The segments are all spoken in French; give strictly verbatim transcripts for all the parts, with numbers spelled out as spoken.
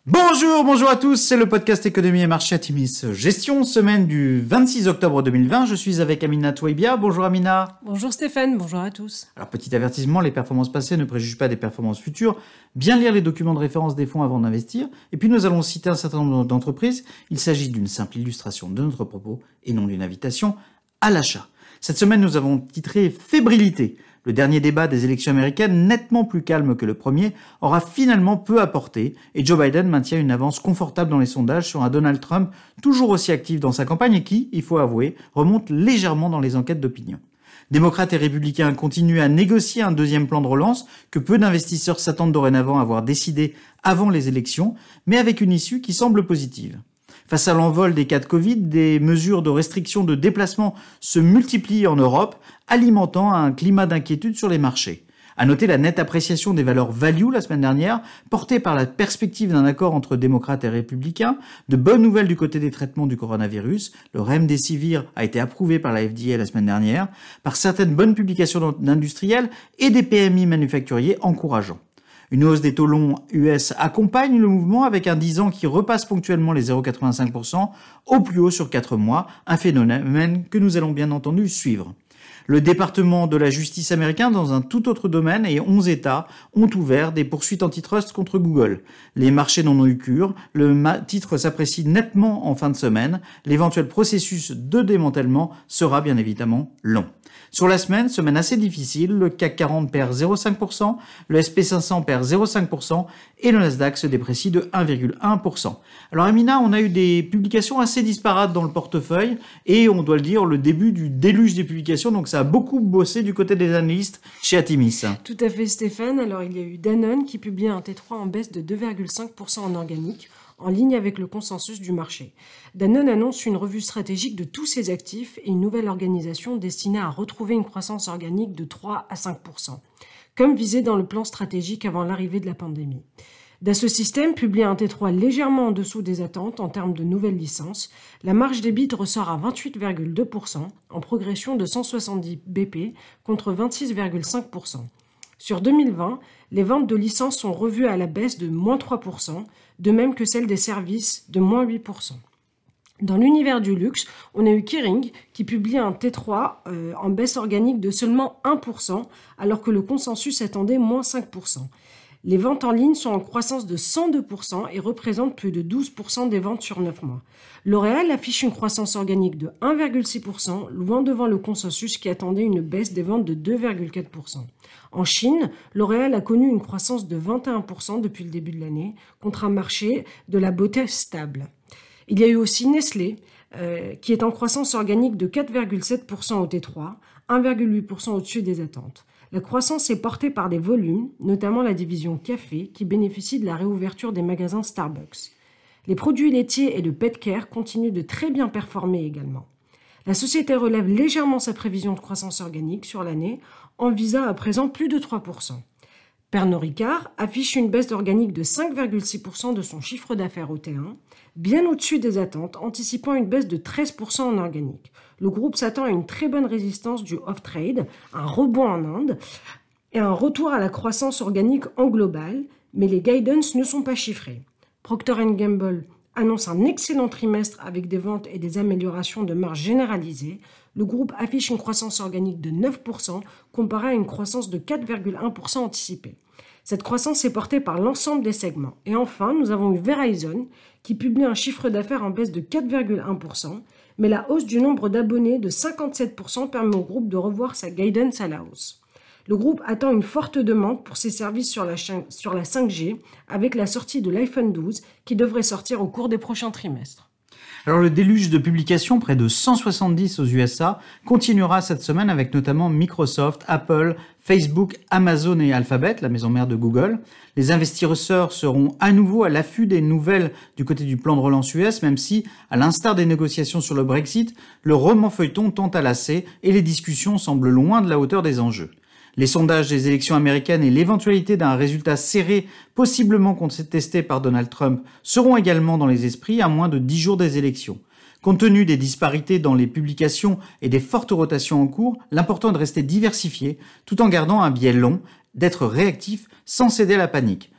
Bonjour, bonjour à tous, c'est le podcast Économie et Marché Atimis Gestion, semaine du vingt-six octobre deux mille vingt. Je suis avec Amina Touaibia. Bonjour Amina. Bonjour Stéphane, bonjour à tous. Alors petit avertissement, les performances passées ne préjugent pas des performances futures. Bien lire les documents de référence des fonds avant d'investir. Et puis nous allons citer un certain nombre d'entreprises. Il s'agit d'une simple illustration de notre propos et non d'une invitation à l'achat. Cette semaine, nous avons titré Fébrilité. Le dernier débat des élections américaines, nettement plus calme que le premier, aura finalement peu apporté et Joe Biden maintient une avance confortable dans les sondages sur un Donald Trump toujours aussi actif dans sa campagne et qui, il faut avouer, remonte légèrement dans les enquêtes d'opinion. Démocrates et républicains continuent à négocier un deuxième plan de relance que peu d'investisseurs s'attendent dorénavant à avoir décidé avant les élections, mais avec une issue qui semble positive. Face à l'envol des cas de Covid, des mesures de restriction de déplacement se multiplient en Europe, alimentant un climat d'inquiétude sur les marchés. À noter la nette appréciation des valeurs value la semaine dernière, portée par la perspective d'un accord entre démocrates et républicains, de bonnes nouvelles du côté des traitements du coronavirus, le Remdesivir a été approuvé par la F D A la semaine dernière, par certaines bonnes publications d'industriels et des P M I manufacturiers encourageants. Une hausse des taux longs U S accompagne le mouvement avec un dix ans qui repasse ponctuellement les zéro virgule quatre-vingt-cinq pour cent au plus haut sur quatre mois, un phénomène que nous allons bien entendu suivre. Le département de la justice américain, dans un tout autre domaine, et onze États ont ouvert des poursuites antitrust contre Google. Les marchés n'en ont eu cure, le titre s'apprécie nettement en fin de semaine, l'éventuel processus de démantèlement sera bien évidemment long. Sur la semaine, semaine assez difficile, le C A C quarante perd zéro virgule cinq pour cent, le S and P cinq cents perd zéro virgule cinq pour cent et le Nasdaq se déprécie de un virgule un pour cent. Alors Amina, on a eu des publications assez disparates dans le portefeuille et on doit le dire, le début du déluge des publications, donc ça a beaucoup bossé du côté des analystes chez Atimis. Tout à fait Stéphane, alors il y a eu Danone qui publie un T trois en baisse de deux virgule cinq pour cent en organique, en ligne avec le consensus du marché. Danone annonce une revue stratégique de tous ses actifs et une nouvelle organisation destinée à retrouver une croissance organique de trois à cinq pour cent, comme visé dans le plan stratégique avant l'arrivée de la pandémie. Dassault Systèmes publie un T trois légèrement en dessous des attentes en termes de nouvelles licences. La marge d'E B I T ressort à vingt-huit virgule deux pour cent, en progression de cent soixante-dix B P contre vingt-six virgule cinq pour cent. Sur deux mille vingt, les ventes de licences sont revues à la baisse de moins trois pour cent, de même que celles des services de moins huit pour cent. Dans l'univers du luxe, on a eu Kering qui publie un T trois euh, en baisse organique de seulement un pour cent, alors que le consensus attendait moins cinq pour cent. Les ventes en ligne sont en croissance de cent deux pour cent et représentent plus de douze pour cent des ventes sur neuf mois. L'Oréal affiche une croissance organique de un virgule six pour cent, loin devant le consensus qui attendait une baisse des ventes de deux virgule quatre pour cent. En Chine, L'Oréal a connu une croissance de vingt et un pour cent depuis le début de l'année, contre un marché de la beauté stable. Il y a eu aussi Nestlé, euh, qui est en croissance organique de quatre virgule sept pour cent au T trois, un virgule huit pour cent au-dessus des attentes. La croissance est portée par des volumes, notamment la division café, qui bénéficie de la réouverture des magasins Starbucks. Les produits laitiers et le pet care continuent de très bien performer également. La société relève légèrement sa prévision de croissance organique sur l'année, en visant à présent plus de trois pour cent. Pernod Ricard affiche une baisse organique de cinq virgule six pour cent de son chiffre d'affaires au T un, bien au-dessus des attentes, anticipant une baisse de treize pour cent en organique. Le groupe s'attend à une très bonne résistance du off-trade, un rebond en Inde et un retour à la croissance organique en global, mais les guidance ne sont pas chiffrés. Procter and Gamble annonce un excellent trimestre avec des ventes et des améliorations de marge généralisées. Le groupe affiche une croissance organique de neuf pour cent comparée à une croissance de quatre virgule un pour cent anticipée. Cette croissance est portée par l'ensemble des segments. Et enfin, nous avons eu Verizon qui publie un chiffre d'affaires en baisse de quatre virgule un pour cent, mais la hausse du nombre d'abonnés de cinquante-sept pour cent permet au groupe de revoir sa guidance à la hausse. Le groupe attend une forte demande pour ses services sur la, sur la cinq G avec la sortie de l'iPhone douze qui devrait sortir au cours des prochains trimestres. Alors le déluge de publications, près de cent soixante-dix aux U S A, continuera cette semaine avec notamment Microsoft, Apple, Facebook, Amazon et Alphabet, la maison mère de Google. Les investisseurs seront à nouveau à l'affût des nouvelles du côté du plan de relance U S, même si, à l'instar des négociations sur le Brexit, le roman feuilleton tend à lasser et les discussions semblent loin de la hauteur des enjeux. Les sondages des élections américaines et l'éventualité d'un résultat serré, possiblement contesté par Donald Trump, seront également dans les esprits à moins de dix jours des élections. Compte tenu des disparités dans les publications et des fortes rotations en cours, l'important est de rester diversifié tout en gardant un biais long, d'être réactif sans céder à la panique.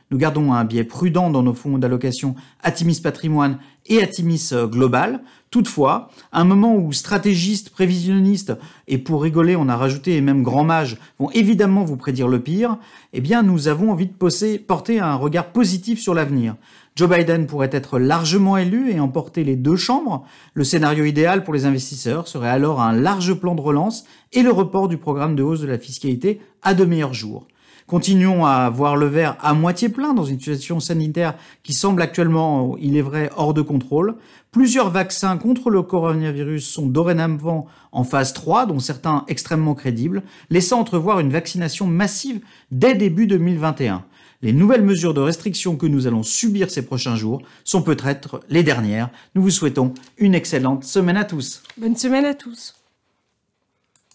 Nous gardons un biais prudent dans nos fonds d'allocation Atimis Patrimoine et Atimis Global. Toutefois, à un moment où stratégistes, prévisionnistes, et pour rigoler, on a rajouté et même grands mages, vont évidemment vous prédire le pire, eh bien, nous avons envie de poser, porter un regard positif sur l'avenir. Joe Biden pourrait être largement élu et emporter les deux chambres. Le scénario idéal pour les investisseurs serait alors un large plan de relance et le report du programme de hausse de la fiscalité à de meilleurs jours. Continuons à voir le verre à moitié plein dans une situation sanitaire qui semble actuellement, il est vrai, hors de contrôle. Plusieurs vaccins contre le coronavirus sont dorénavant en phase trois, dont certains extrêmement crédibles, laissant entrevoir une vaccination massive dès début deux mille vingt et un. Les nouvelles mesures de restriction que nous allons subir ces prochains jours sont peut-être les dernières. Nous vous souhaitons une excellente semaine à tous. Bonne semaine à tous.